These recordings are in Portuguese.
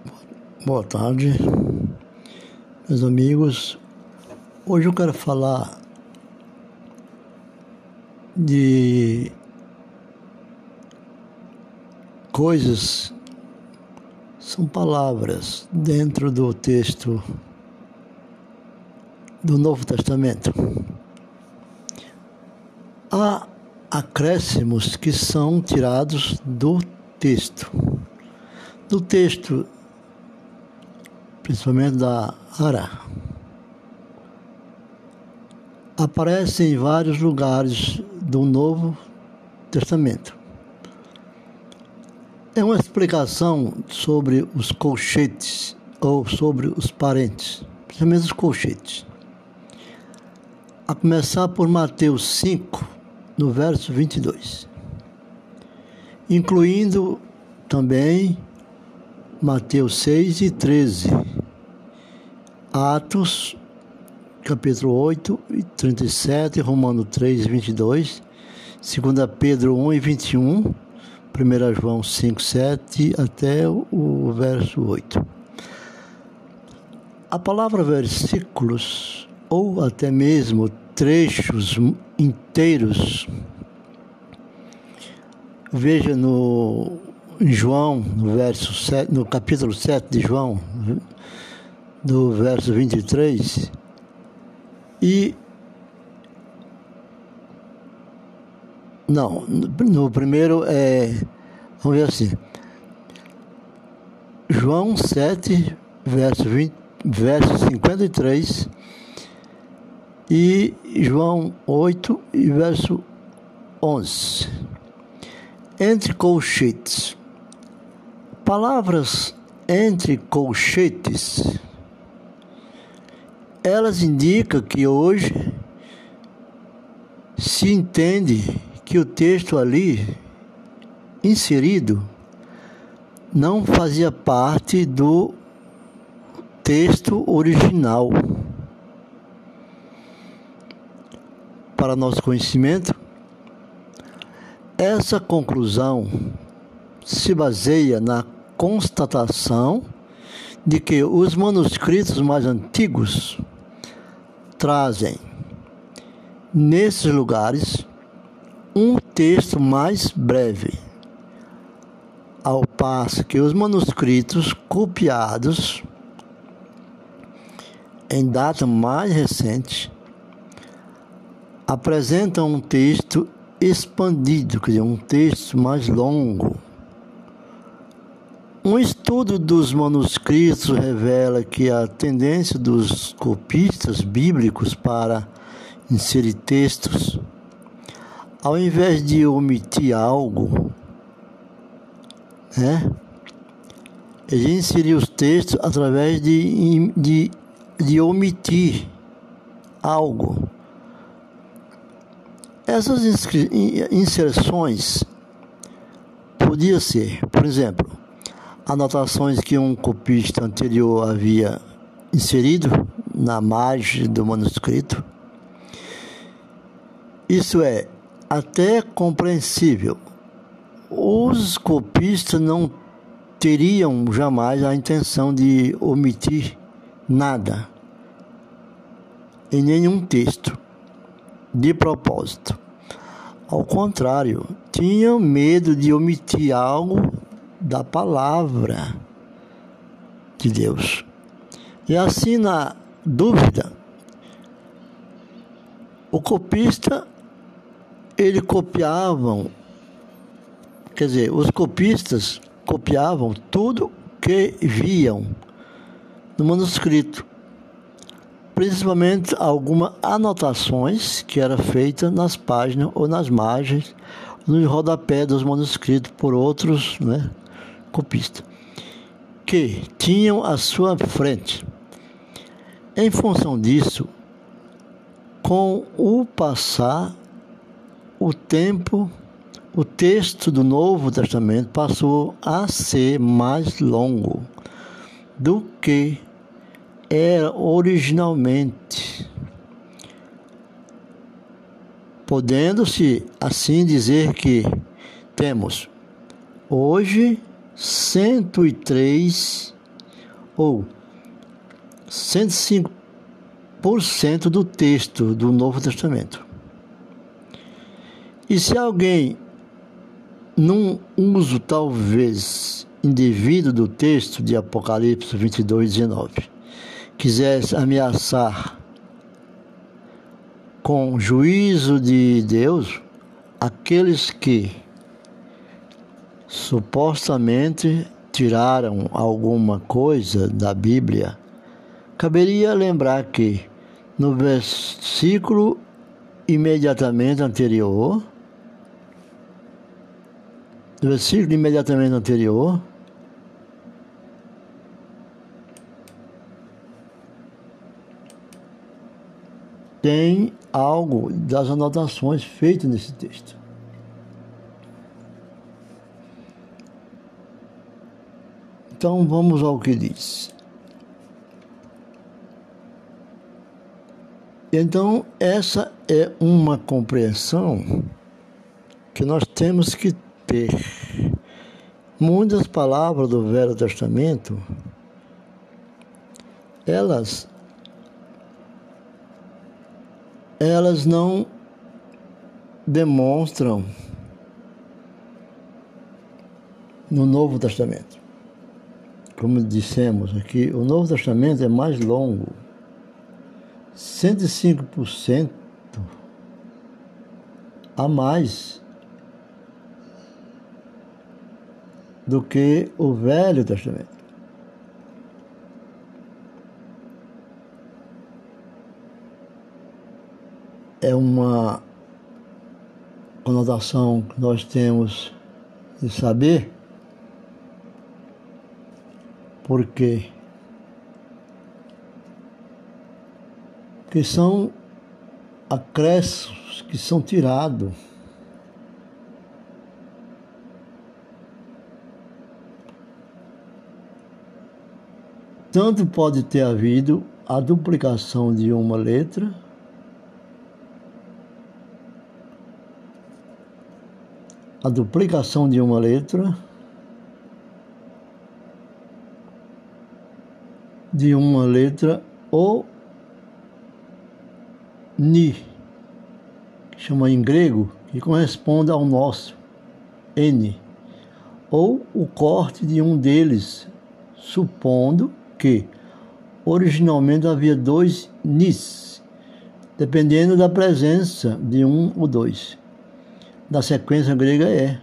Boa tarde, meus amigos. Hoje eu quero falar de coisas, são palavras dentro do texto do Novo Testamento. Há acréscimos que são tirados do texto, principalmente da Ara. Aparece em vários lugares do Novo Testamento. É uma explicação sobre os colchetes ou sobre os parentes, principalmente os colchetes. A começar por Mateus 5, no verso 22, incluindo também Mateus 6 e 13, Atos, capítulo 8 e 37, Romanos 3 e 22, 2 Pedro 1 e 21, 1 João 5, 7 até o verso 8. A palavra versículos, ou até mesmo trechos inteiros, veja no João, no verso 7, no capítulo 7 de João, do verso 23, no primeiro vamos ver assim, João 7, verso 53, e João 8 e verso 11. Entre colchetes. Palavras entre colchetes, elas indicam que hoje se entende que o texto ali inserido não fazia parte do texto original. Para nosso conhecimento, essa conclusão se baseia na constatação de que os manuscritos mais antigos trazem, nesses lugares, um texto mais breve, ao passo que os manuscritos copiados em data mais recente apresentam um texto expandido, quer dizer, um texto mais longo. Um estudo dos manuscritos revela que a tendência dos copistas bíblicos para inserir textos, ao invés de omitir algo, eles inseriam os textos através de omitir algo. Essas inserções podiam ser, por exemplo, anotações que um copista anterior havia inserido na margem do manuscrito. Isso é até compreensível. Os copistas não teriam jamais a intenção de omitir nada em nenhum texto, de propósito. Ao contrário, tinham medo de omitir algo da palavra de Deus. E assim, na dúvida, o copista, os copistas copiavam tudo que viam no manuscrito, principalmente algumas anotações que eram feitas nas páginas ou nas margens, no rodapé dos manuscritos por outros, copistas, que tinham à sua frente. Em função disso, com o passar o tempo, o texto do Novo Testamento passou a ser mais longo do que era originalmente, podendo-se assim dizer que temos hoje 103 ou 105% do texto do Novo Testamento. E se alguém, num uso talvez indevido do texto de Apocalipse 22:19, quisesse ameaçar com juízo de Deus aqueles que supostamente tiraram alguma coisa da Bíblia, caberia lembrar que no versículo imediatamente anterior, tem algo das anotações feitas nesse texto. Então vamos ao que diz. Então essa é uma compreensão que nós temos que ter. Muitas palavras do Velho Testamento, elas não demonstram no Novo Testamento. Como dissemos aqui, o Novo Testamento é mais longo, 105% a mais do que o Velho Testamento. É uma conotação que nós temos de saber, porque são acréscimos que são tirados tanto pode ter havido a duplicação de uma letra, ou ni, que chama em grego, que corresponde ao nosso N, ou o corte de um deles, supondo que originalmente havia 2 nis, dependendo da presença de um ou dois. Da sequência grega é.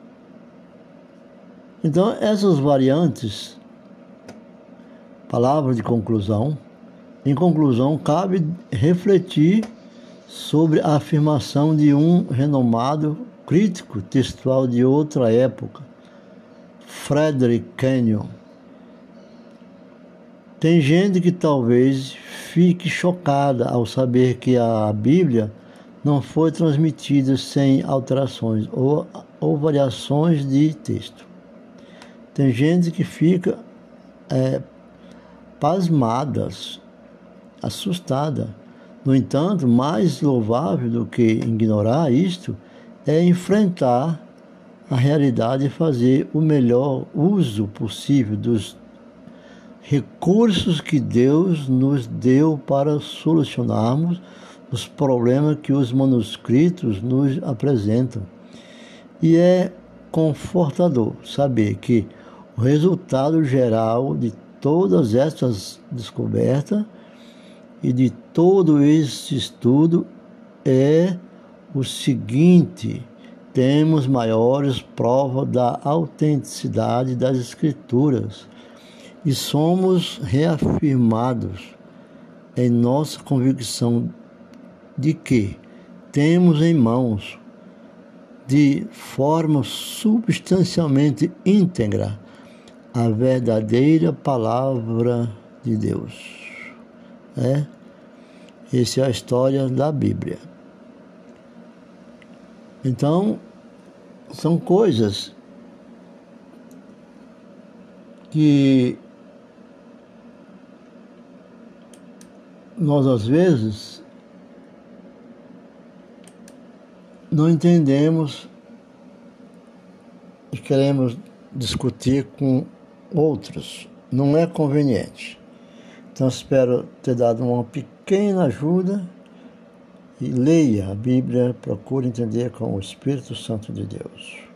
Então, essas variantes, palavras de conclusão, em conclusão, cabe refletir sobre a afirmação de um renomado crítico textual de outra época, Frederick Kenyon. Tem gente que talvez fique chocada ao saber que a Bíblia não foi transmitida sem alterações ou variações de texto. Tem gente que fica pasmada, assustada. No entanto, mais louvável do que ignorar isto é enfrentar a realidade e fazer o melhor uso possível dos recursos que Deus nos deu para solucionarmos os problemas que os manuscritos nos apresentam. E é confortador saber que o resultado geral de todas essas descobertas e de todo esse estudo é o seguinte: temos maiores provas da autenticidade das Escrituras e somos reafirmados em nossa convicção de que temos em mãos, de forma substancialmente íntegra, a verdadeira palavra de Deus. Essa é a história da Bíblia. Então, são coisas que nós, às vezes, não entendemos e queremos discutir com outros, não é conveniente. Então espero ter dado uma pequena ajuda e leia a Bíblia, procure entender com o Espírito Santo de Deus.